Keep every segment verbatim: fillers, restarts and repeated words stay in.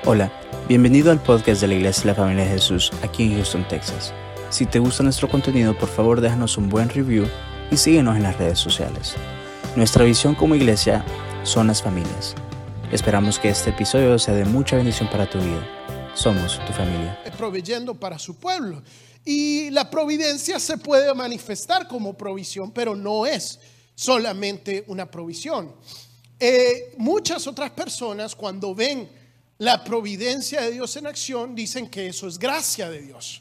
Hola, bienvenido al podcast de la Iglesia de la Familia de Jesús aquí en Houston, Texas. Si te gusta nuestro contenido, por favor déjanos un buen review y síguenos en las redes sociales. Nuestra visión como iglesia son las familias. Esperamos que este episodio sea de mucha bendición para tu vida. Somos tu familia. Proveyendo para su pueblo. Y la providencia se puede manifestar como provisión, pero no es solamente una provisión. Eh, muchas otras personas, cuando ven la providencia de Dios en acción, dicen que eso es gracia de Dios.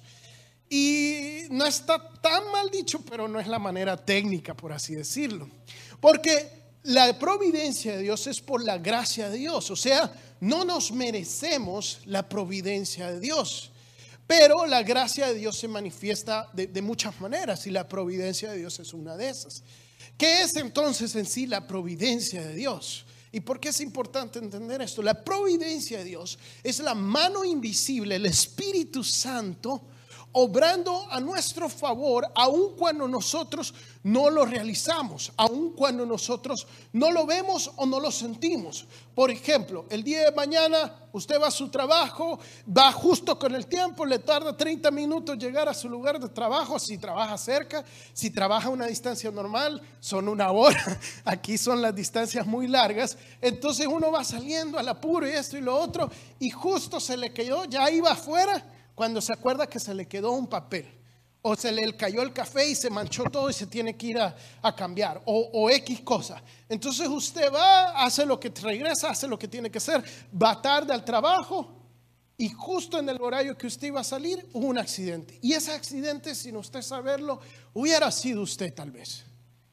Y no está tan mal dicho, pero no es la manera técnica, por así decirlo. Porque la providencia de Dios es por la gracia de Dios. O sea, no nos merecemos la providencia de Dios. Pero la gracia de Dios se manifiesta de, de muchas maneras, y la providencia de Dios es una de esas. ¿Qué es entonces en sí la providencia de Dios? ¿Y por qué es importante entender esto? La providencia de Dios es la mano invisible, el Espíritu Santo, obrando a nuestro favor, aun cuando nosotros no lo realizamos, aun cuando nosotros no lo vemos o no lo sentimos. Por ejemplo, el día de mañana usted va a su trabajo, va justo con el tiempo, le tarda treinta minutos llegar a su lugar de trabajo, si trabaja cerca. Si trabaja a una distancia normal, son una hora. Aquí son las distancias muy largas. Entonces uno va saliendo al apuro y esto y lo otro, y justo se le quedó, ya iba afuera, cuando se acuerda que se le quedó un papel, o se le cayó el café y se manchó todo y se tiene que ir a, a cambiar, o, o X cosa. Entonces usted va, hace lo que regresa, hace lo que tiene que hacer, va tarde al trabajo, y justo en el horario que usted iba a salir hubo un accidente. Y ese accidente, sin usted saberlo, hubiera sido usted tal vez.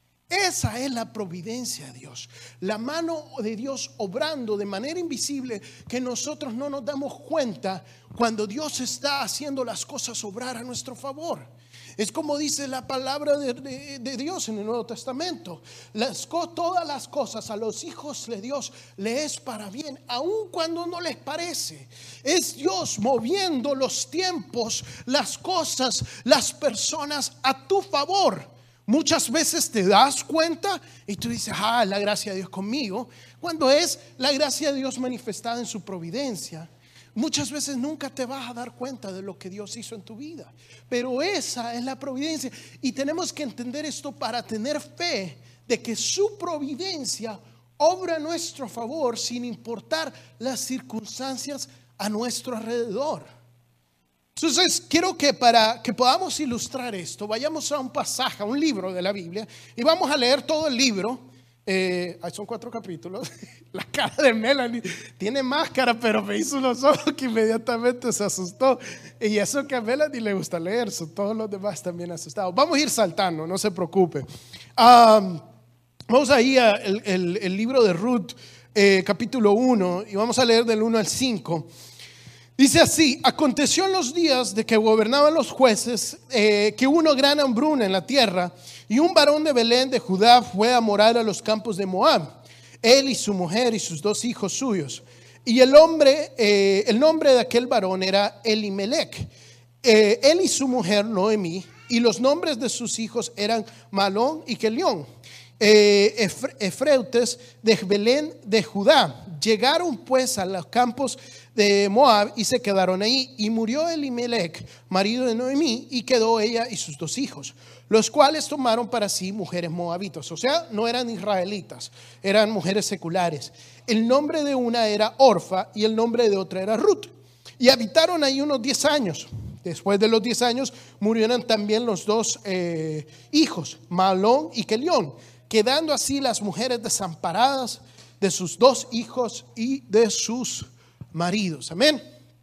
Esa es la providencia de Dios, la mano de Dios obrando de manera invisible, que nosotros no nos damos cuenta cuando Dios está haciendo las cosas obrar a nuestro favor. Es como dice la palabra de, de, de Dios en el Nuevo Testamento: las, todas las cosas a los hijos de Dios le es para bien, aun cuando no les parece. Es Dios moviendo los tiempos, las cosas, las personas a tu favor. Muchas veces te das cuenta y tú dices: ah, la gracia de Dios conmigo, cuando es la gracia de Dios manifestada en su providencia. Muchas veces nunca te vas a dar cuenta de lo que Dios hizo en tu vida, pero esa es la providencia. Y tenemos que entender esto para tener fe de que su providencia obra a nuestro favor, sin importar las circunstancias a nuestro alrededor. Entonces quiero que para que podamos ilustrar esto, vayamos a un pasaje, a un libro de la Biblia, y vamos a leer todo el libro. eh, Son cuatro capítulos. La cara de Melanie tiene máscara, pero me hizo unos ojos que inmediatamente se asustó. Y eso que a Melanie le gusta leer, son todos los demás también asustados. Vamos a ir saltando, no se preocupe. um, Vamos a ir al el, el libro de Ruth, eh, capítulo uno, y vamos a leer del uno al cinco. Dice así: aconteció en los días de que gobernaban los jueces, eh, que hubo una gran hambruna en la tierra, y un varón de Belén de Judá fue a morar a los campos de Moab, él y su mujer y sus dos hijos suyos. Y el hombre, eh, el nombre de aquel varón era Elimelech, eh, él y su mujer Noemí, y los nombres de sus hijos eran Malón y Kelión, eh, Efre, Efreutes de Belén de Judá. Llegaron pues a los campos de Moab y se quedaron ahí. Y murió Elimelech, marido de Noemí, y quedó ella y sus dos hijos, los cuales tomaron para sí mujeres moabitas. O sea, no eran israelitas, eran mujeres seculares. El nombre de una era Orfa y el nombre de otra era Ruth. Y habitaron ahí unos diez años. Después de los diez años murieron también los dos eh, hijos, Malón y Kelión, quedando así las mujeres desamparadas de sus dos hijos y de sus maridos. Amén.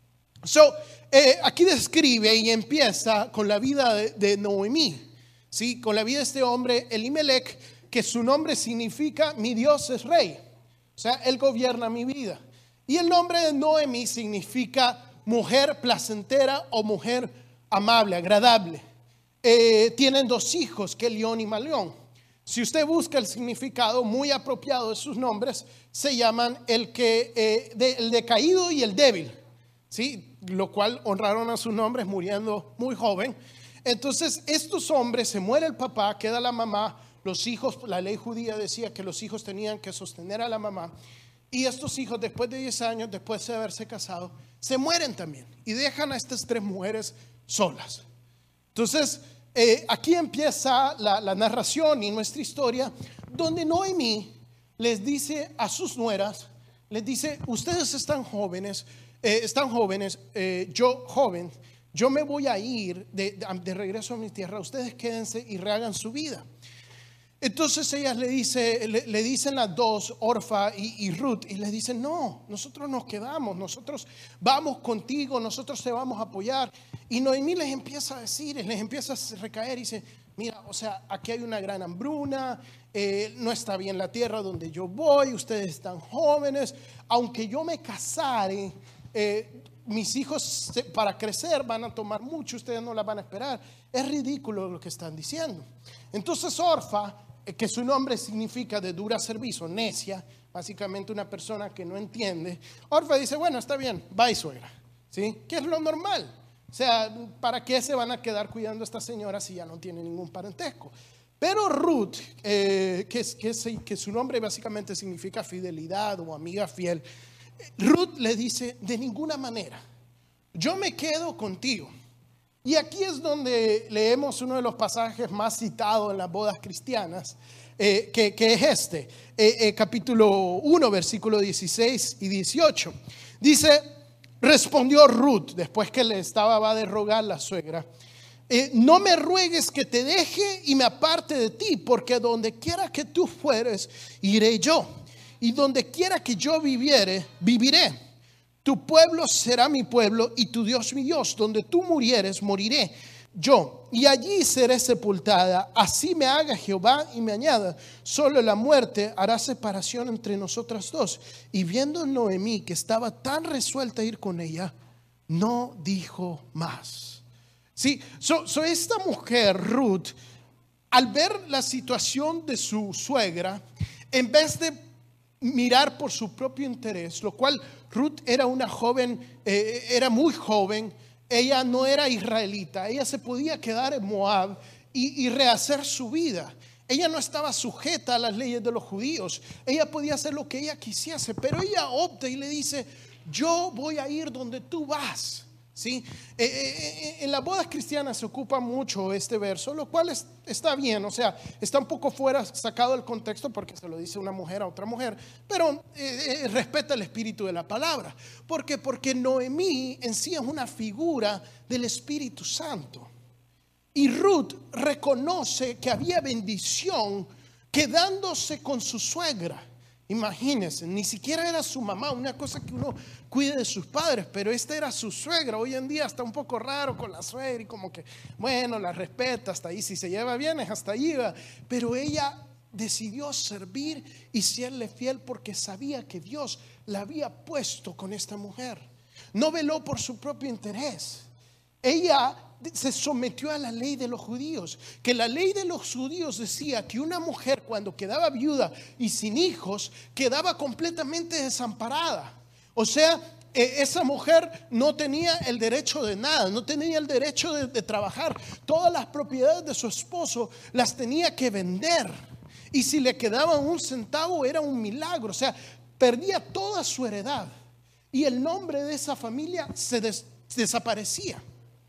So, eh, aquí describe y empieza con la vida de, de Noemí, ¿sí? Con la vida de este hombre Elimelech, que su nombre significa mi Dios es rey. O sea, él gobierna mi vida. Y el nombre de Noemí significa mujer placentera o mujer amable, agradable. Eh, tienen dos hijos, Kelión y Malón. Si usted busca el significado muy apropiado de sus nombres, se llaman el, que, eh, de, el decaído y el débil, ¿sí? Lo cual honraron a sus nombres muriendo muy joven. Entonces estos hombres, se muere el papá, queda la mamá, los hijos, la ley judía decía que los hijos tenían que sostener a la mamá. Y estos hijos, después de diez años, después de haberse casado, se mueren también y dejan a estas tres mujeres solas. Entonces, eh, aquí empieza la, la narración y nuestra historia, donde Noemí les dice a sus nueras, les dice: ustedes están jóvenes, eh, están jóvenes, eh, yo joven, yo me voy a ir de, de, de regreso a mi tierra, ustedes quédense y rehagan su vida. Entonces ellas le, dice, le, le dicen las dos, Orfa y, y Ruth, y le dicen: no, nosotros nos quedamos, nosotros vamos contigo, nosotros te vamos a apoyar. Y Noemí les empieza a decir, les empieza a recaer y dice: mira, o sea, aquí hay una gran hambruna, eh, no está bien la tierra donde yo voy, ustedes están jóvenes, aunque yo me casare, eh, mis hijos para crecer van a tomar mucho, ustedes no la van a esperar. Es ridículo lo que están diciendo. Entonces Orfa, que su nombre significa de dura servicio, necia, básicamente una persona que no entiende, Orfa dice: bueno, está bien, bye suegra, ¿sí? Que es lo normal. O sea, ¿para qué se van a quedar cuidando a esta señora si ya no tiene ningún parentesco? Pero Ruth, eh, que, que, que su nombre básicamente significa fidelidad o amiga fiel, Ruth le dice: de ninguna manera, yo me quedo contigo. Y aquí es donde leemos uno de los pasajes más citados en las bodas cristianas, eh, que, que es este, eh, eh, capítulo uno, versículo dieciséis y dieciocho. Dice: respondió Ruth, después que le estaba va de rogar la suegra: eh, no me ruegues que te deje y me aparte de ti, porque donde quiera que tú fueres, iré yo, y donde quiera que yo viviere, viviré. Tu pueblo será mi pueblo y tu Dios mi Dios. Donde tú murieres, moriré yo, y allí seré sepultada. Así me haga Jehová y me añada: solo la muerte hará separación entre nosotras dos. Y viendo Noemí que estaba tan resuelta a ir con ella, no dijo más. Sí, so, so esta mujer, Ruth, al ver la situación de su suegra, en vez de mirar por su propio interés, lo cual Ruth era una joven, eh, era muy joven, ella no era israelita, ella se podía quedar en Moab y, y rehacer su vida. Ella no estaba sujeta a las leyes de los judíos, ella podía hacer lo que ella quisiese, pero ella opta y le dice: yo voy a ir donde tú vas. ¿Sí? Eh, eh, en las bodas cristianas se ocupa mucho este verso, lo cual es, está bien, o sea, está un poco fuera, sacado del contexto porque se lo dice una mujer a otra mujer, pero eh, eh, respeta el espíritu de la palabra. ¿Por qué? Porque Noemí en sí es una figura del Espíritu Santo. Y Ruth reconoce que había bendición quedándose con su suegra. Imagínense, ni siquiera era su mamá, una cosa que uno cuide de sus padres, pero esta era su suegra. Hoy en día está un poco raro con la suegra y como que, bueno, la respeta hasta ahí, si se lleva bien es hasta ahí va. Pero ella decidió servir y serle fiel porque sabía que Dios la había puesto con esta mujer. No veló por su propio interés. Ella se sometió a la ley de los judíos, que la ley de los judíos decía que una mujer cuando quedaba viuda y sin hijos quedaba completamente desamparada. O sea, esa mujer no tenía el derecho de nada, no tenía el derecho de, de trabajar. Todas las propiedades de su esposo las tenía que vender, y si le quedaba un centavo era un milagro. O sea, perdía toda su heredad y el nombre de esa familia se des, desaparecía.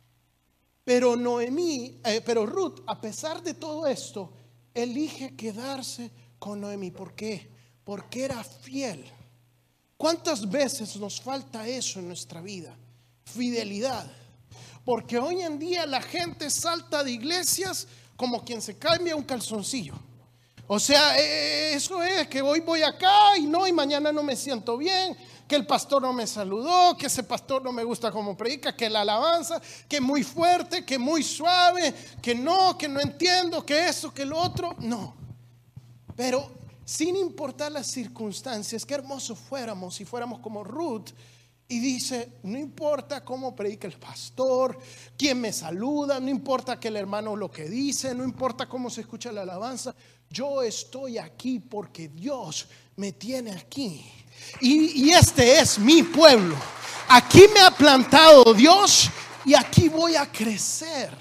Pero Noemí, eh, pero Ruth, a pesar de todo esto, elige quedarse con Noemí. ¿Por qué? Porque era fiel. ¿Cuántas veces nos falta eso en nuestra vida? Fidelidad. Porque hoy en día la gente salta de iglesias como quien se cambia un calzoncillo. O sea, eh, eso es que hoy voy acá y no, y mañana no me siento bien, que el pastor no me saludó, que ese pastor no me gusta como predica, que la alabanza, que muy fuerte, que muy suave, que no, que no entiendo, que eso, que lo otro. No, pero sin importar las circunstancias, qué hermoso fuéramos si fuéramos como Ruth. Y dice: no importa cómo predica el pastor, quién me saluda, no importa que el hermano lo que dice, no importa cómo se escucha la alabanza, yo estoy aquí porque Dios me tiene aquí. Y, y este es mi pueblo. Aquí me ha plantado Dios y aquí voy a crecer.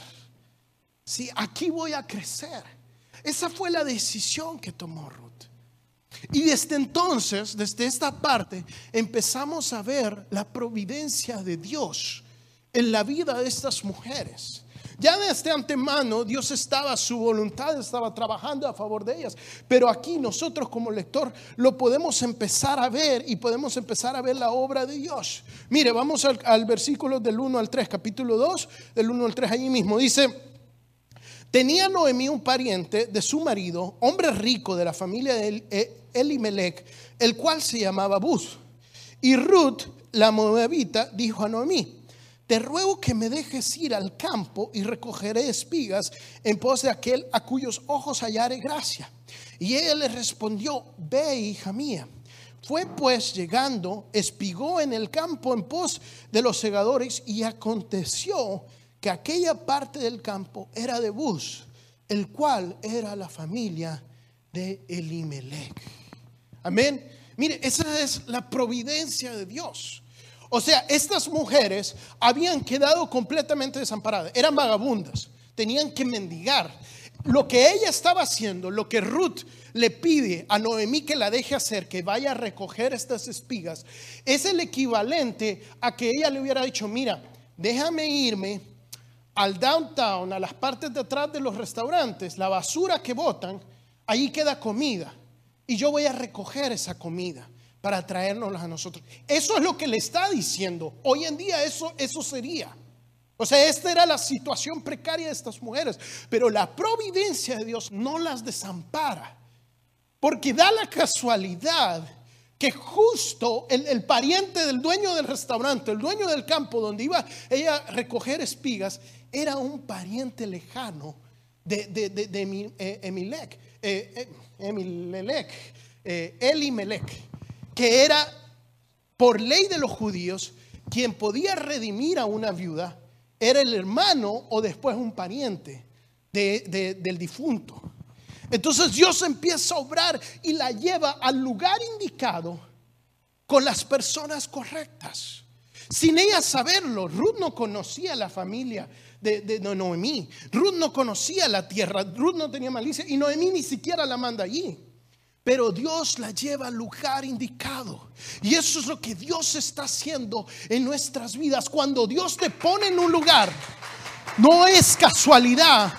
Sí, aquí voy a crecer. Esa fue la decisión que tomó Ruth. Y desde entonces, desde esta parte, empezamos a ver la providencia de Dios en la vida de estas mujeres. Ya desde antemano Dios estaba, su voluntad estaba trabajando a favor de ellas. Pero aquí nosotros como lector lo podemos empezar a ver y podemos empezar a ver la obra de Dios. Mire, vamos al, al versículo del uno al tres, capítulo dos, del uno al tres, allí mismo. Dice: tenía Noemí un pariente de su marido, hombre rico de la familia de Elimelech, el cual se llamaba Buz. Y Ruth, la moabita, dijo a Noemí: te ruego que me dejes ir al campo y recogeré espigas en pos de aquel a cuyos ojos hallare gracia. Y ella le respondió: ve, hija mía. Fue pues llegando, espigó en el campo en pos de los segadores, y aconteció que aquella parte del campo era de Buz, el cual era la familia de Elimelech. Amén. Mire, esa es la providencia de Dios. O sea, estas mujeres habían quedado completamente desamparadas, eran vagabundas, tenían que mendigar. Lo que ella estaba haciendo, lo que Ruth le pide a Noemí que la deje hacer, que vaya a recoger estas espigas, es el equivalente a que ella le hubiera dicho: mira, déjame irme al downtown, a las partes de atrás de los restaurantes, la basura que botan, ahí queda comida, y yo voy a recoger esa comida para traérnoslas a nosotros. Eso es lo que le está diciendo. Hoy en día eso, eso sería. O sea, esta era la situación precaria de estas mujeres. Pero la providencia de Dios no las desampara, porque da la casualidad que justo el, el pariente del dueño del restaurante, el dueño del campo donde iba ella a recoger espigas, era un pariente lejano de, de, de, de Emi, eh, Emilec, eh, Emilelec, eh, Elimelech, que era por ley de los judíos quien podía redimir a una viuda, era el hermano o después un pariente de, de, del difunto. Entonces Dios empieza a obrar y la lleva al lugar indicado con las personas correctas, sin ella saberlo. Ruth no conocía la familia de, de Noemí, Ruth no conocía la tierra, Ruth no tenía malicia, y Noemí ni siquiera la manda allí. Pero Dios la lleva al lugar indicado. Y eso es lo que Dios está haciendo en nuestras vidas. Cuando Dios te pone en un lugar, no es casualidad,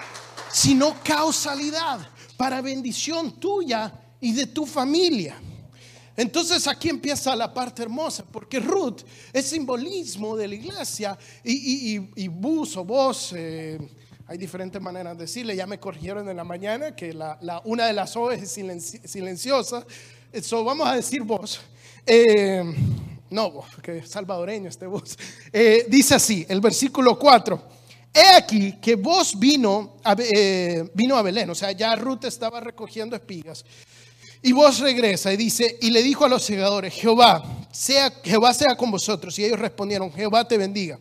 sino causalidad, para bendición tuya y de tu familia. Entonces aquí empieza la parte hermosa, porque Ruth es simbolismo de la iglesia. Y, y, y, y Buz o vos, eh, hay diferentes maneras de decirle. Ya me corrigieron en la mañana que la, la, una de las O es silenci silenciosa. Eso vamos a decir vos. Eh, no, vos, que salvadoreño este vos. Eh, dice así, el versículo cuatro. He aquí que vos vino a, eh, vino a Belén. O sea, ya Ruth estaba recogiendo espigas. Y vos regresa y dice, y le dijo a los segadores: Jehová sea, Jehová sea con vosotros. Y ellos respondieron: Jehová te bendiga.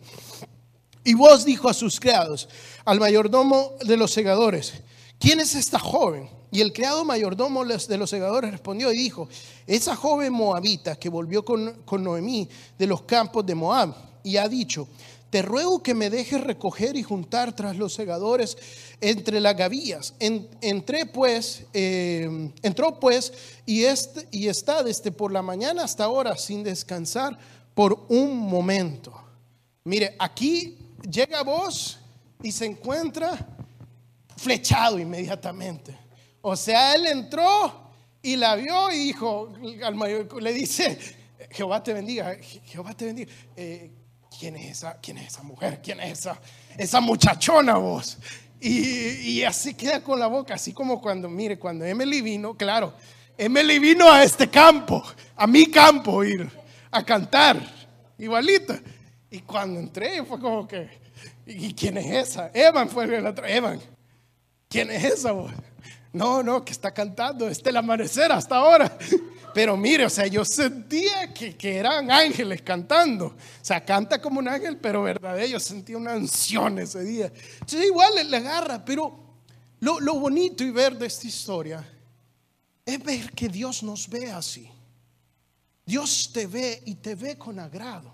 Y vos dijo a sus criados, al mayordomo de los segadores: ¿quién es esta joven? Y el criado mayordomo de los segadores respondió y dijo: esa joven moabita que volvió con, con Noemí de los campos de Moab, y ha dicho: te ruego que me dejes recoger y juntar tras los segadores entre las gavillas. En, entré pues, eh, entró pues y, este, y está desde por la mañana hasta ahora sin descansar por un momento. Mire, aquí llega vos y se encuentra flechado inmediatamente. O sea, él entró y la vio y dijo, al mayor, le dice: Jehová te bendiga, Jehová te bendiga. Eh, ¿quién es esa? ¿Quién es esa mujer? ¿Quién es esa, esa muchachona vos? Y, y así queda con la boca, así como cuando, mire, cuando Emily vino, claro, Emily vino a este campo, a mi campo, ir a cantar, igualita. Y cuando entré fue como que, ¿y quién es esa? Evan fue el otro. Evan, ¿quién es esa vos? No, no, que está cantando desde el amanecer hasta ahora. Pero mire, o sea, yo sentía que, que eran ángeles cantando. O sea, canta como un ángel, pero verdadero. Yo sentía una unción ese día. Entonces igual le, le agarra, pero lo, lo bonito y ver de esta historia es ver que Dios nos ve así. Dios te ve y te ve con agrado.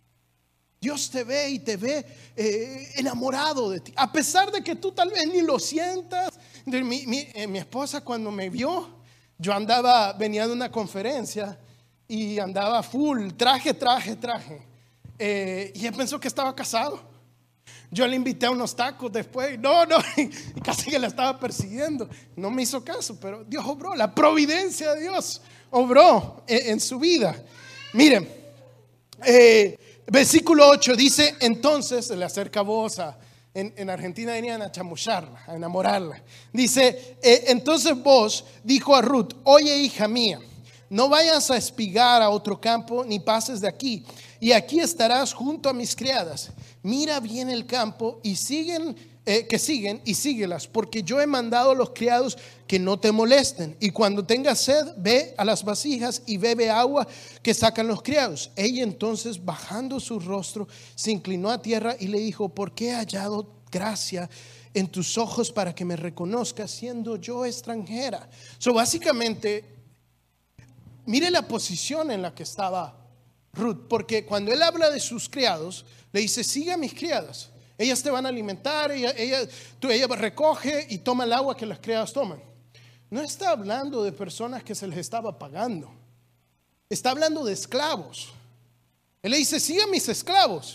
Dios te ve y te ve eh, enamorado de ti, a pesar de que tú tal vez ni lo sientas. De mi, mi, eh, mi esposa cuando me vio, yo andaba, venía de una conferencia y andaba full, traje, traje, traje. Eh, y él pensó que estaba casado. Yo le invité a unos tacos después. No, no, y casi que la estaba persiguiendo. No me hizo caso, pero Dios obró. La providencia de Dios obró en, en su vida. Miren, eh, versículo ocho dice: entonces se le acerca vos a, en, en Argentina venían a chamucharla, a enamorarla. Dice: eh, entonces vos dijo a Ruth: oye, hija mía, no vayas a espigar a otro campo, ni pases de aquí, y aquí estarás junto a mis criadas. Mira bien el campo y siguen, eh, que siguen y síguelas, porque yo he mandado a los criados que no te molesten. Y cuando tengas sed, ve a las vasijas y bebe agua que sacan los criados. Ella entonces, bajando su rostro, se inclinó a tierra y le dijo: ¿por qué he hallado gracia en tus ojos para que me reconozcas, siendo yo extranjera? So, básicamente, mire la posición en la que estaba Ruth, porque cuando él habla de sus criados, le dice: sigue a mis criadas, ellas te van a alimentar, ella, ella, tú, ella recoge y toma el agua que las criadas toman. No está hablando de personas que se les estaba pagando, está hablando de esclavos. Él le dice: sigue a mis esclavos.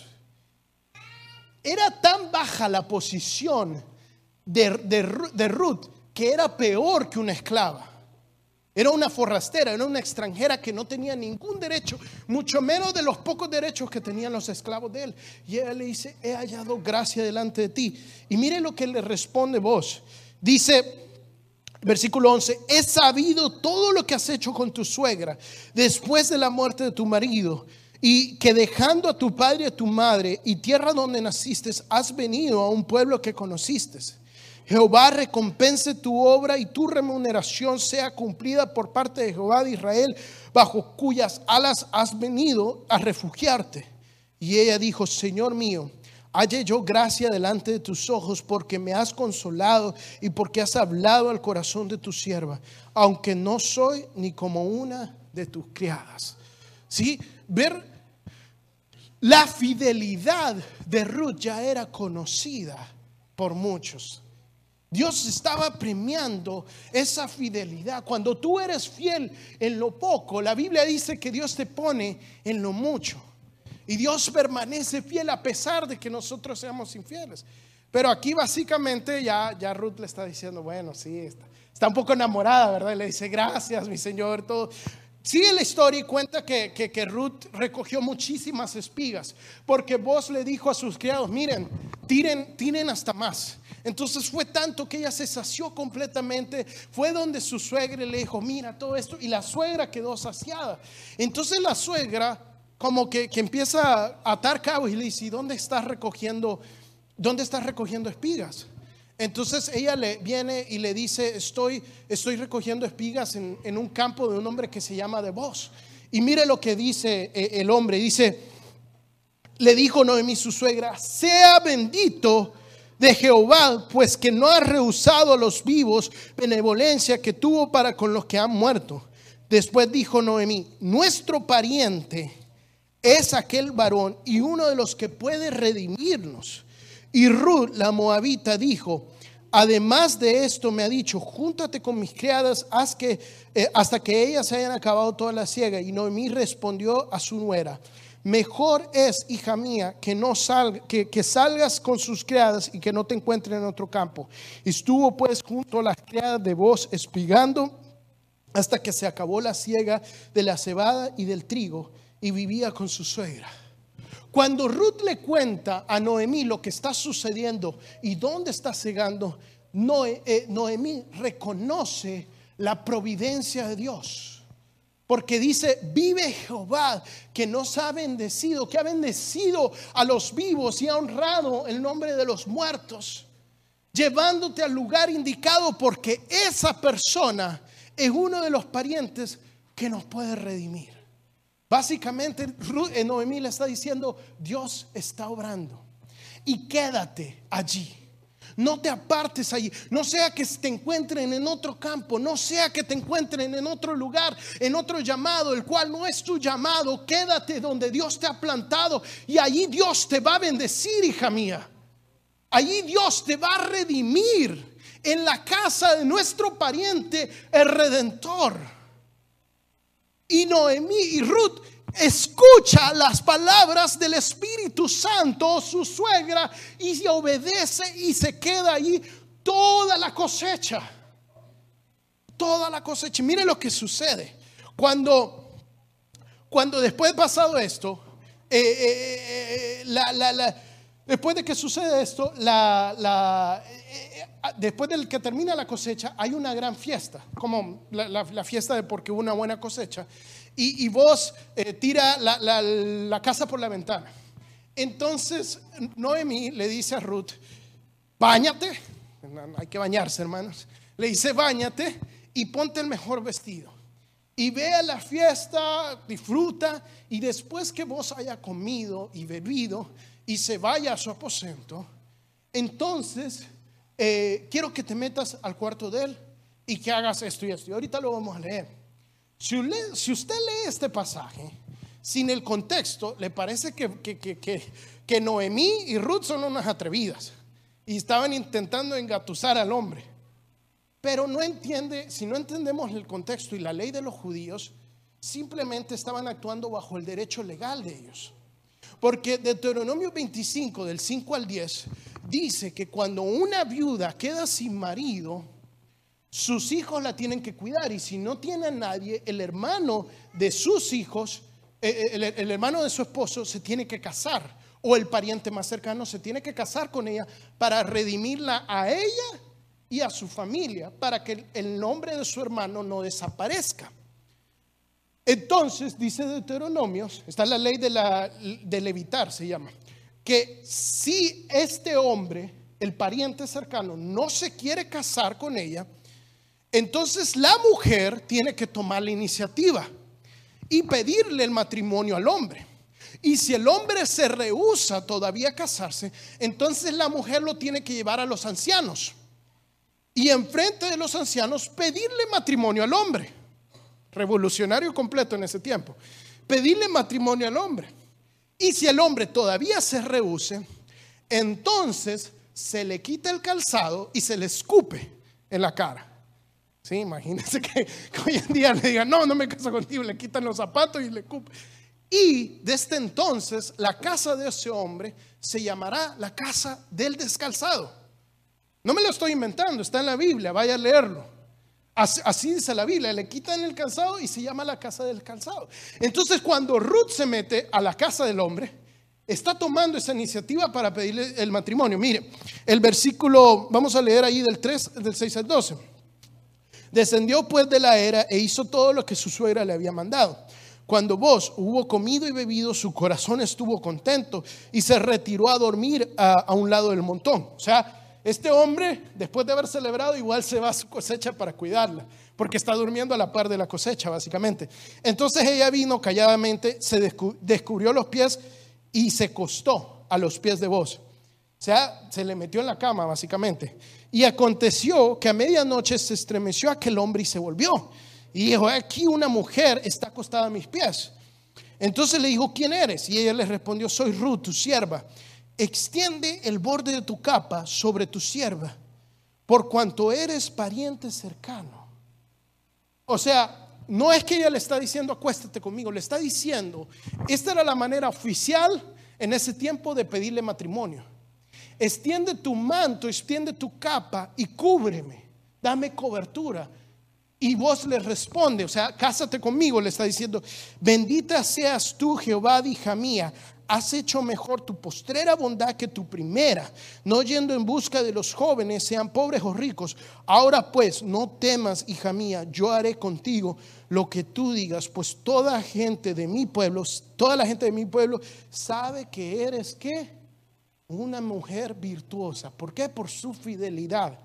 Era tan baja la posición de, de, de Ruth que era peor que una esclava. Era una forastera, era una extranjera que no tenía ningún derecho, mucho menos de los pocos derechos que tenían los esclavos de él. Y ella le dice: he hallado gracia delante de ti. Y mire lo que le responde vos. Dice, versículo once: he sabido todo lo que has hecho con tu suegra después de la muerte de tu marido, y que dejando a tu padre y a tu madre y tierra donde naciste, has venido a un pueblo que conociste. Jehová recompense tu obra y tu remuneración sea cumplida por parte de Jehová de Israel, bajo cuyas alas has venido a refugiarte. Y ella dijo: Señor mío, halle yo gracia delante de tus ojos, porque me has consolado y porque has hablado al corazón de tu sierva, aunque no soy ni como una de tus criadas. ¿Sí? Ver la fidelidad de Ruth ya era conocida por muchos. Dios estaba premiando esa fidelidad. Cuando tú eres fiel en lo poco, la Biblia dice que Dios te pone en lo mucho. Y Dios permanece fiel a pesar de que nosotros seamos infieles. Pero aquí básicamente ya, ya Ruth le está diciendo: bueno, sí, está, está un poco enamorada, ¿verdad? Y le dice: gracias, mi Señor, todo. Sigue la historia y cuenta que, que, que Ruth recogió muchísimas espigas, porque Boaz le dijo a sus criados: miren, tiren, tiren hasta más. Entonces fue tanto que ella se sació completamente. Fue donde su suegra le dijo: mira todo esto. Y la suegra quedó saciada. Entonces la suegra como que, que empieza a atar cabos y le dice: ¿y dónde estás recogiendo, dónde estás recogiendo espigas? Entonces ella le viene y le dice: Estoy, estoy recogiendo espigas en, en un campo de un hombre que se llama de Boaz. Y mire lo que dice el hombre. Dice: le dijo Noemí su suegra: sea bendito de Jehová, pues que no ha rehusado a los vivos benevolencia que tuvo para con los que han muerto. Después dijo Noemí: nuestro pariente es aquel varón y uno de los que puede redimirnos. Y Ruth la moabita dijo: además de esto me ha dicho: júntate con mis criadas haz que, eh, hasta que ellas hayan acabado toda la siega. Y Noemí respondió a su nuera: mejor es, hija mía, que no salga, que, que salgas con sus criadas y que no te encuentren en otro campo. Estuvo pues junto a las criadas de Boaz espigando hasta que se acabó la siega de la cebada y del trigo, y vivía con su suegra. Cuando Ruth le cuenta a Noemí lo que está sucediendo y dónde está segando, Noe, eh, Noemí reconoce la providencia de Dios. Porque dice: vive Jehová, que nos ha bendecido, que ha bendecido a los vivos y ha honrado el nombre de los muertos, llevándote al lugar indicado, porque esa persona es uno de los parientes que nos puede redimir. Básicamente Noemí le está diciendo: Dios está obrando y quédate allí. No te apartes allí. No sea que te encuentren en otro campo, no sea que te encuentren en otro lugar, en otro llamado, el cual no es tu llamado. Quédate donde Dios te ha plantado y allí Dios te va a bendecir, hija mía. Allí Dios te va a redimir. en la casa de nuestro pariente, el Redentor. Y Noemí y Ruth escucha las palabras del Espíritu Santo, su suegra, y se obedece y se queda allí toda la cosecha. Toda la cosecha. Mire lo que sucede. Cuando, cuando después de pasado esto, eh, eh, la, la, la, después de que sucede esto, la, la, eh, después de que termina la cosecha, hay una gran fiesta, como la, la, la fiesta de porque hubo una buena cosecha. Y, y vos eh, tira la, la, la casa por la ventana. Entonces Noemí le dice a Ruth: báñate. Hay que bañarse, hermanos. Le dice: báñate y ponte el mejor vestido y ve a la fiesta, disfruta, y después que vos haya comido y bebido y se vaya a su aposento, entonces eh, quiero que te metas al cuarto de él y que hagas esto y esto. Y ahorita lo vamos a leer. Si, le, si usted lee este pasaje sin el contexto, le parece que, que, que, que, que Noemí y Ruth son unas atrevidas y estaban intentando engatusar al hombre. Pero no entiende, si no entendemos el contexto y la ley de los judíos, simplemente estaban actuando bajo el derecho legal de ellos. Porque Deuteronomio veinticinco, del cinco al diez, dice que cuando una viuda queda sin marido, sus hijos la tienen que cuidar, y si no tiene a nadie, el hermano de sus hijos, el, el, el hermano de su esposo se tiene que casar, o el pariente más cercano se tiene que casar con ella para redimirla a ella y a su familia, para que el nombre de su hermano no desaparezca. Entonces dice Deuteronomio, está la ley de, la, de levitar, se llama, que si este hombre, el pariente cercano, no se quiere casar con ella, entonces la mujer tiene que tomar la iniciativa y pedirle el matrimonio al hombre. Y si el hombre se rehúsa todavía a casarse, entonces la mujer lo tiene que llevar a los ancianos y enfrente de los ancianos pedirle matrimonio al hombre. Revolucionario completo en ese tiempo. Pedirle matrimonio al hombre. Y si el hombre todavía se rehúse, entonces se le quita el calzado y se le escupe en la cara. Sí, imagínense que, que hoy en día le digan: no, no me caso contigo, le quitan los zapatos y le escupen. Y desde entonces la casa de ese hombre se llamará la casa del descalzado. No me lo estoy inventando, está en la Biblia, vaya a leerlo. Así, así dice la Biblia, le quitan el calzado y se llama la casa del calzado. Entonces cuando Ruth se mete a la casa del hombre, está tomando esa iniciativa para pedirle el matrimonio. Mire, el versículo, vamos a leer ahí del tres, del seis al doce. Descendió pues de la era e hizo todo lo que su suegra le había mandado. Cuando vos hubo comido y bebido, su corazón estuvo contento y se retiró a dormir a, a un lado del montón. O sea, este hombre, después de haber celebrado, igual se va a su cosecha para cuidarla, porque está durmiendo a la par de la cosecha, básicamente. Entonces ella vino calladamente, se descubrió los pies y se acostó a los pies de vos. O sea, se le metió en la cama, básicamente. Y aconteció que a medianoche se estremeció aquel hombre y se volvió. Y dijo: aquí una mujer está acostada a mis pies. Entonces le dijo: ¿quién eres? Y ella le respondió: soy Ruth, tu sierva. Extiende el borde de tu capa sobre tu sierva, por cuanto eres pariente cercano. O sea, no es que ella le está diciendo: acuéstate conmigo. Le está diciendo, esta era la manera oficial en ese tiempo de pedirle matrimonio: extiende tu manto, extiende tu capa y cúbreme, dame cobertura. Y vos le responde, o sea, cásate conmigo, le está diciendo: bendita seas tú, Jehová, hija mía, has hecho mejor tu postrera bondad que tu primera, no yendo en busca de los jóvenes, sean pobres o ricos. Ahora pues, no temas, hija mía, yo haré contigo lo que tú digas, pues toda gente de mi pueblo, toda la gente de mi pueblo sabe que eres, ¿qué? Una mujer virtuosa. ¿Por qué? Por su fidelidad.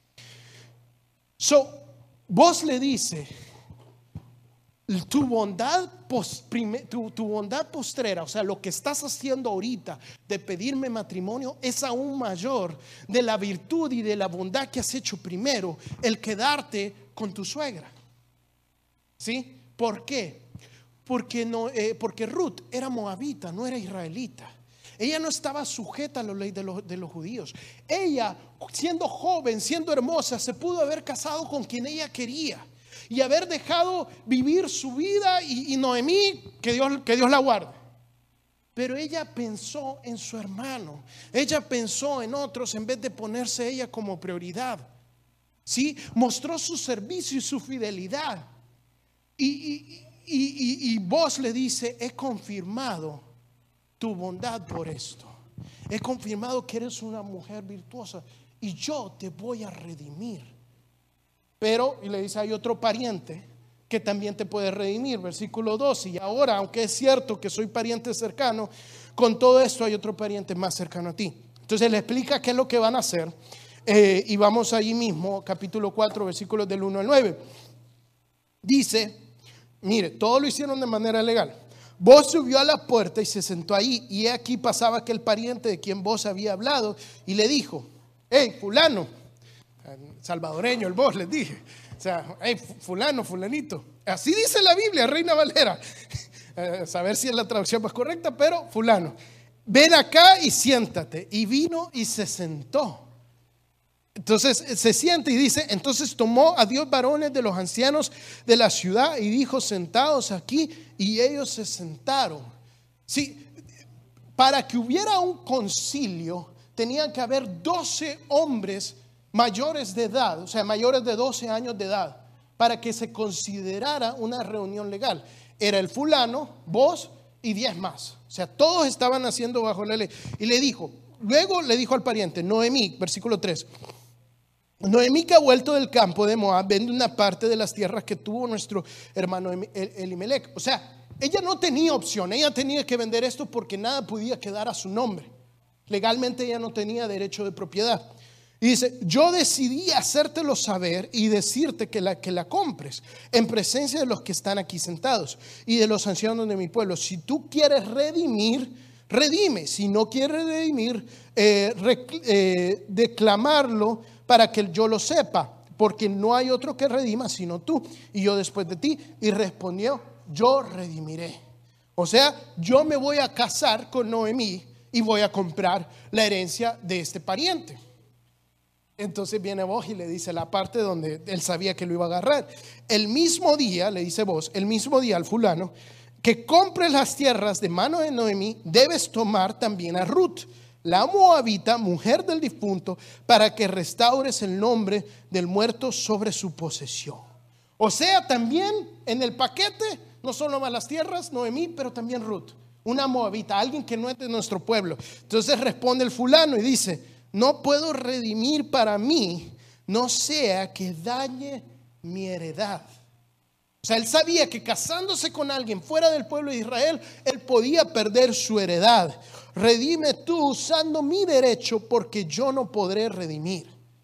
So, vos le dice: tu bondad, pos, prime, tu, tu bondad postrera, o sea, lo que estás haciendo ahorita de pedirme matrimonio, es aún mayor de la virtud y de la bondad que has hecho primero, el quedarte con tu suegra. ¿Sí? ¿Por qué? Porque, no, eh, porque Ruth era moabita, no era israelita. Ella no estaba sujeta a la ley de los, de los judíos. Ella, siendo joven, siendo hermosa, se pudo haber casado con quien ella quería y haber dejado vivir su vida. Y, y Noemí, que Dios, que Dios la guarde. Pero ella pensó en su hermano. Ella pensó en otros en vez de ponerse ella como prioridad. ¿Sí? Mostró su servicio y su fidelidad. Y, y, y, y, y Boaz le dice: he confirmado tu bondad por esto. He confirmado que eres una mujer virtuosa y yo te voy a redimir. Pero, y le dice, hay otro pariente que también te puede redimir. Versículo doce. Y ahora, aunque es cierto que soy pariente cercano, con todo esto hay otro pariente más cercano a ti. Entonces le explica qué es lo que van a hacer. Eh, y vamos allí mismo, capítulo cuatro, versículos del uno al nueve. Dice, mire, todo lo hicieron de manera legal. Boaz subió a la puerta y se sentó ahí, y he aquí pasaba aquel pariente de quien Boaz había hablado, y le dijo: hey, fulano, salvadoreño el Boaz, les dije, o sea, hey, fulano, fulanito, así dice la Biblia, Reina Valera, a saber si es la traducción más correcta, pero fulano, ven acá y siéntate. Y vino y se sentó. Entonces se siente y dice: entonces tomó a diez varones de los ancianos de la ciudad y dijo: sentados aquí. Y ellos se sentaron. Sí, para que hubiera un concilio tenían que haber doce hombres mayores de edad, o sea, mayores de doce años de edad, para que se considerara una reunión legal. Era el fulano, vos y diez más. O sea, todos estaban haciendo bajo la ley. Y le dijo, luego le dijo al pariente, Noemí, versículo tres. Noemí, que ha vuelto del campo de Moab, vende una parte de las tierras que tuvo nuestro hermano Elimelec. O sea, ella no tenía opción, ella tenía que vender esto porque nada podía quedar a su nombre. Legalmente ella no tenía derecho de propiedad. Y dice, yo decidí hacértelo saber y decirte que la, que la compres en presencia de los que están aquí sentados y de los ancianos de mi pueblo. Si tú quieres redimir, redime. Si no quieres redimir, eh, rec, eh, declamarlo para que yo lo sepa, porque no hay otro que redima sino tú y yo después de ti. Y respondió, yo redimiré. O sea, yo me voy a casar con Noemí y voy a comprar la herencia de este pariente. Entonces viene Boaz y le dice la parte donde él sabía que lo iba a agarrar. El mismo día, le dice Boaz, el mismo día al fulano, que compres las tierras de mano de Noemí, debes tomar también a Ruth, la moabita, mujer del difunto, para que restaures el nombre del muerto sobre su posesión. O sea, también en el paquete, no solo más las tierras, Noemí, pero también Ruth, una moabita, alguien que no es de nuestro pueblo. Entonces responde el fulano y dice, no puedo redimir para mí, no sea que dañe mi heredad. O sea, él sabía que casándose con alguien fuera del pueblo de Israel, él podía perder su heredad. Redime tú usando mi derecho, porque yo no podré redimir.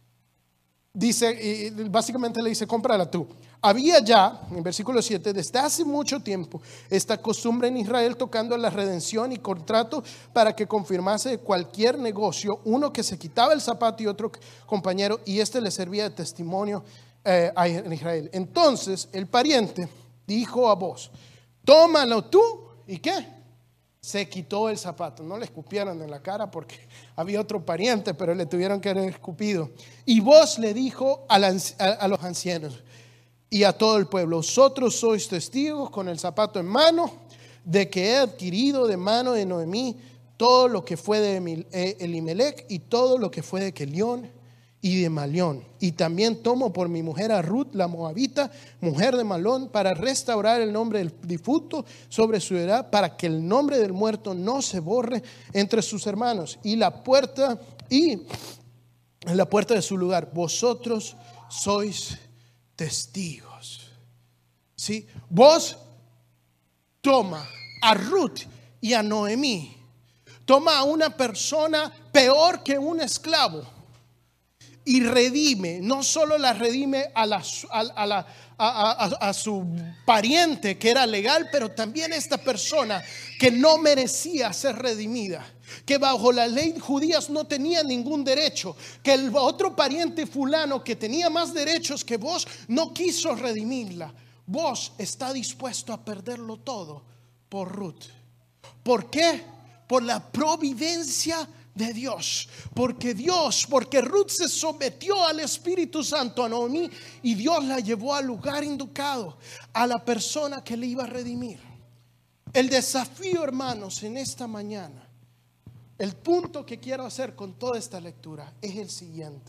Dice, básicamente le dice, cómprala tú. Había ya, en versículo siete, desde hace mucho tiempo, esta costumbre en Israel tocando la redención y contrato para que confirmase cualquier negocio, uno que se quitaba el zapato y otro compañero, y este le servía de testimonio eh, en Israel. Entonces el pariente dijo a Boaz, tómalo tú, ¿y qué? Se quitó el zapato. No le escupieron en la cara porque había otro pariente, pero le tuvieron que haber escupido. Y Boaz le dijo a, la, a, a los ancianos y a todo el pueblo, vosotros sois testigos con el zapato en mano de que he adquirido de mano de Noemí todo lo que fue de Elimelec y todo lo que fue de Kelión y de Malión. Y también tomo por mi mujer a Ruth, la moabita, mujer de Malón, para restaurar el nombre del difunto sobre su heredad, para que el nombre del muerto no se borre entre sus hermanos. Y la puerta, y en la puerta de su lugar, vosotros sois testigos. ¿Sí? Vos toma a Ruth y a Noemí, toma a una persona peor que un esclavo y redime. No solo la redime a, la, a, a, la, a, a, a su pariente que era legal, pero también a esta persona que no merecía ser redimida, que bajo la ley judía no tenía ningún derecho, que el otro pariente fulano que tenía más derechos que vos no quiso redimirla. Vos está dispuesto a perderlo todo por Ruth. ¿Por qué? por la providencia de Dios, porque Dios, porque Ruth se sometió al Espíritu Santo, a Noemí, y Dios la llevó al lugar indicado, a la persona que le iba a redimir. El desafío, hermanos, en esta mañana, el punto que quiero hacer con toda esta lectura es el siguiente.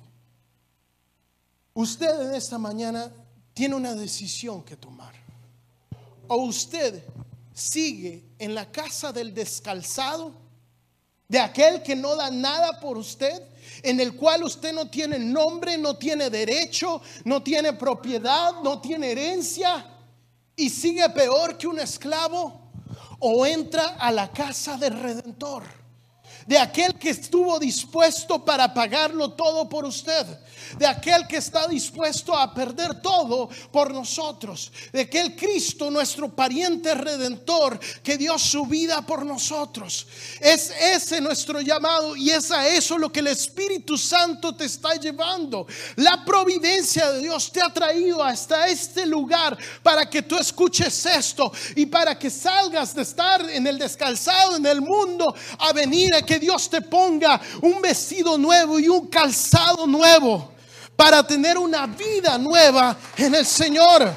Usted en esta mañana tiene una decisión que tomar. O usted sigue en la casa del descalzado, de aquel que no da nada por usted, en el cual usted no tiene nombre, no tiene derecho, no tiene propiedad, no tiene herencia, y sigue peor que un esclavo. O entra a la casa del Redentor, de aquel que estuvo dispuesto para pagarlo todo por usted, de aquel que está dispuesto a perder todo por nosotros, de aquel Cristo, nuestro pariente redentor, que dio su vida por nosotros. Es ese nuestro llamado, y es a eso lo que el Espíritu Santo te está llevando. La providencia de Dios te ha traído hasta este lugar para que tú escuches esto, y para que salgas de estar en el descalzado en el mundo a venir a que Dios te ponga un vestido nuevo y un calzado nuevo, para tener una vida nueva en el Señor.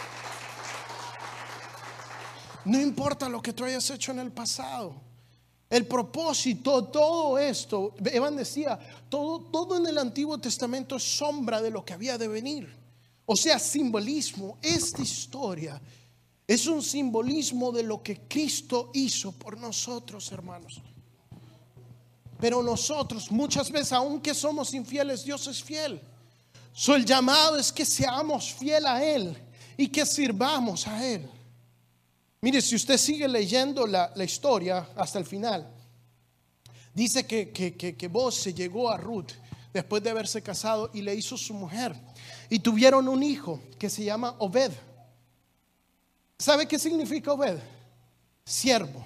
No importa lo que tú hayas hecho en el pasado, el propósito, todo esto, Evan decía, todo, todo en el Antiguo Testamento es sombra de lo que había de venir. O sea, simbolismo. Esta historia es un simbolismo de lo que Cristo hizo por nosotros, hermanos. Pero nosotros muchas veces, aunque somos infieles, Dios es fiel. So, el llamado es que seamos fiel a Él y que sirvamos a Él. Mire, si usted sigue leyendo la, la historia hasta el final, dice que, que, que, que Boaz se llegó a Ruth después de haberse casado y le hizo su mujer, y tuvieron un hijo que se llama Obed. ¿Sabe qué significa Obed? Siervo.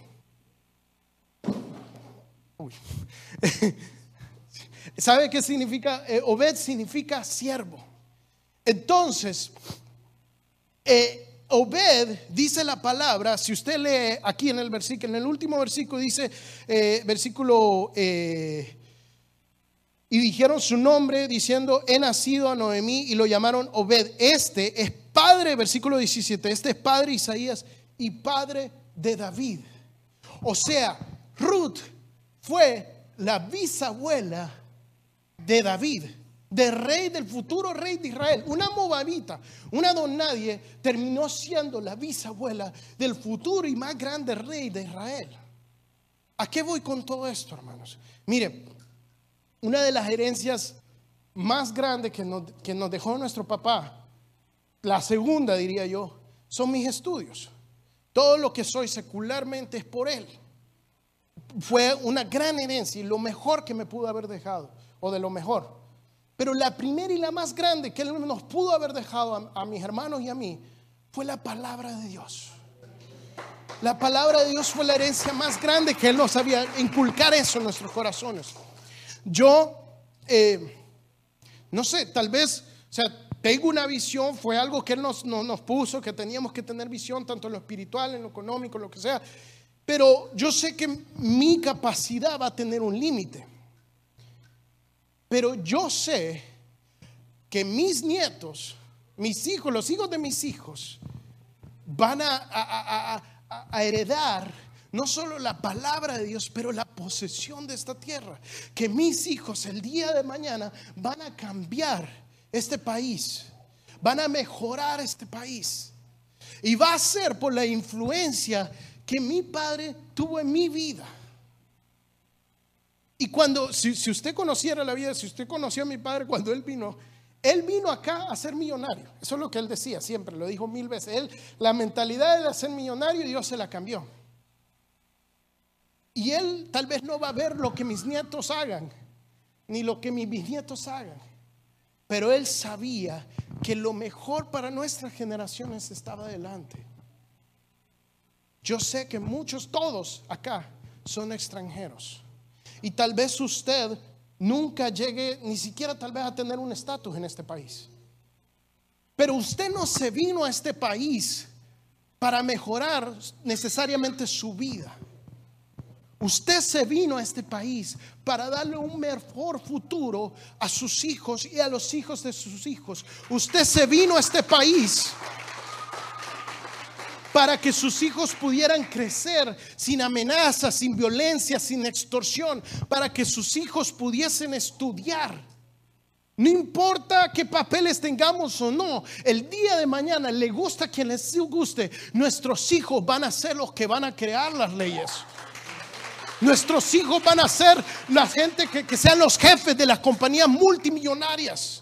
Uy. ¿Sabe qué significa? Eh, Obed significa siervo. Entonces, eh, Obed, dice la palabra, si usted lee aquí en el versículo, en el último versículo dice, eh, versículo, eh, y dijeron su nombre diciendo, he nacido a Noemí, y lo llamaron Obed. Este es padre, versículo diecisiete, este es padre de Isaías y padre de David. O sea, Ruth fue la bisabuela de David, del rey, del futuro rey de Israel. Una moabita, una don nadie, terminó siendo la bisabuela del futuro y más grande rey de Israel. ¿A qué voy con todo esto, hermanos? Mire, una de las herencias más grandes que nos, que nos dejó nuestro papá, la segunda diría yo, son mis estudios. Todo lo que soy secularmente es por él. Fue una gran herencia y lo mejor que me pudo haber dejado, o de lo mejor. Pero la primera y la más grande que él nos pudo haber dejado a, a mis hermanos y a mí fue la palabra de Dios. La palabra de Dios fue la herencia más grande que él nos sabía inculcar eso en nuestros corazones. Yo eh, no sé, tal vez, o sea, tengo una visión, fue algo que él nos, nos, nos puso, que teníamos que tener visión tanto en lo espiritual, en lo económico, lo que sea. Pero yo sé que mi capacidad va a tener un límite. Pero yo sé que mis nietos, mis hijos, los hijos de mis hijos, van a, a, a, a, a heredar no solo la palabra de Dios, pero la posesión de esta tierra. Que mis hijos el día de mañana van a cambiar este país, van a mejorar este país. Y va a ser por la influencia que mi padre tuvo en mi vida. Y cuando, si, si usted conociera la vida, si usted conoció a mi padre cuando él vino, él vino acá a ser millonario. Eso es lo que él decía siempre, lo dijo mil veces. Él, la mentalidad de ser millonario, Dios se la cambió. Y él tal vez no va a ver lo que mis nietos hagan, ni lo que mis bisnietos hagan. Pero él sabía que lo mejor para nuestras generaciones estaba adelante. Yo sé que muchos, todos acá, son extranjeros. Y tal vez usted nunca llegue ni siquiera tal vez a tener un estatus en este país. Pero usted no se vino a este país para mejorar necesariamente su vida. Usted se vino a este país para darle un mejor futuro a sus hijos y a los hijos de sus hijos. Usted se vino a este país para que sus hijos pudieran crecer sin amenazas, sin violencia, sin extorsión, para que sus hijos pudiesen estudiar. No importa qué papeles tengamos o no, el día de mañana, le gusta a quien les guste, nuestros hijos van a ser los que van a crear las leyes. Nuestros hijos van a ser la gente que, que sean los jefes de las compañías multimillonarias.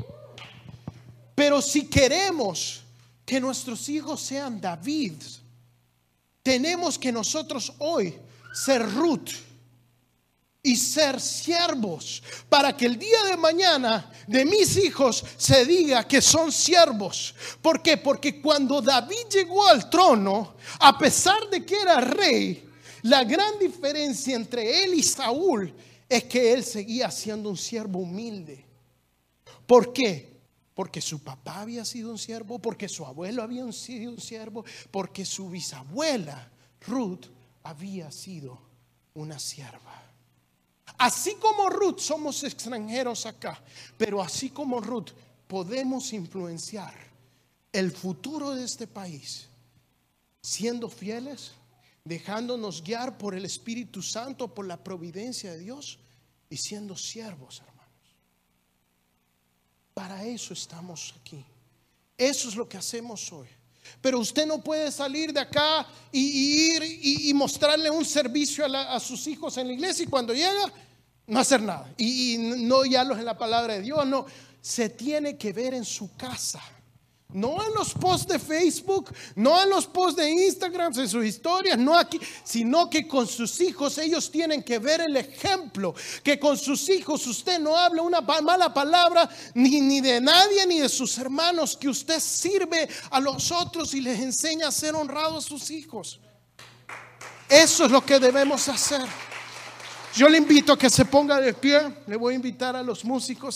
Pero si queremos que nuestros hijos sean David, tenemos que nosotros hoy ser Ruth y ser siervos, para que el día de mañana de mis hijos se diga que son siervos. ¿Por qué? Porque cuando David llegó al trono, a pesar de que era rey, la gran diferencia entre él y Saúl es que él seguía siendo un siervo humilde. ¿Por qué? Porque su papá había sido un siervo, porque su abuelo había sido un siervo, porque su bisabuela Ruth había sido una sierva. Así como Ruth somos extranjeros acá, pero así como Ruth podemos influenciar el futuro de este país siendo fieles, dejándonos guiar por el Espíritu Santo, por la providencia de Dios y siendo siervos, hermanos. Para eso estamos aquí. Eso es lo que hacemos hoy. Pero usted no puede salir de acá y, y ir y, y mostrarle un servicio a, la, a sus hijos en la iglesia, y cuando llega no hacer nada y, y no guiarlos en la palabra de Dios. No, se tiene que ver en su casa. No en los posts de Facebook, no en los posts de Instagram, en sus historias, no aquí, sino que con sus hijos ellos tienen que ver el ejemplo. Que con sus hijos usted no habla una mala palabra ni, ni de nadie ni de sus hermanos. Que usted sirve a los otros y les enseña a ser honrados a sus hijos. Eso es lo que debemos hacer. Yo le invito a que se ponga de pie. Le voy a invitar a los músicos.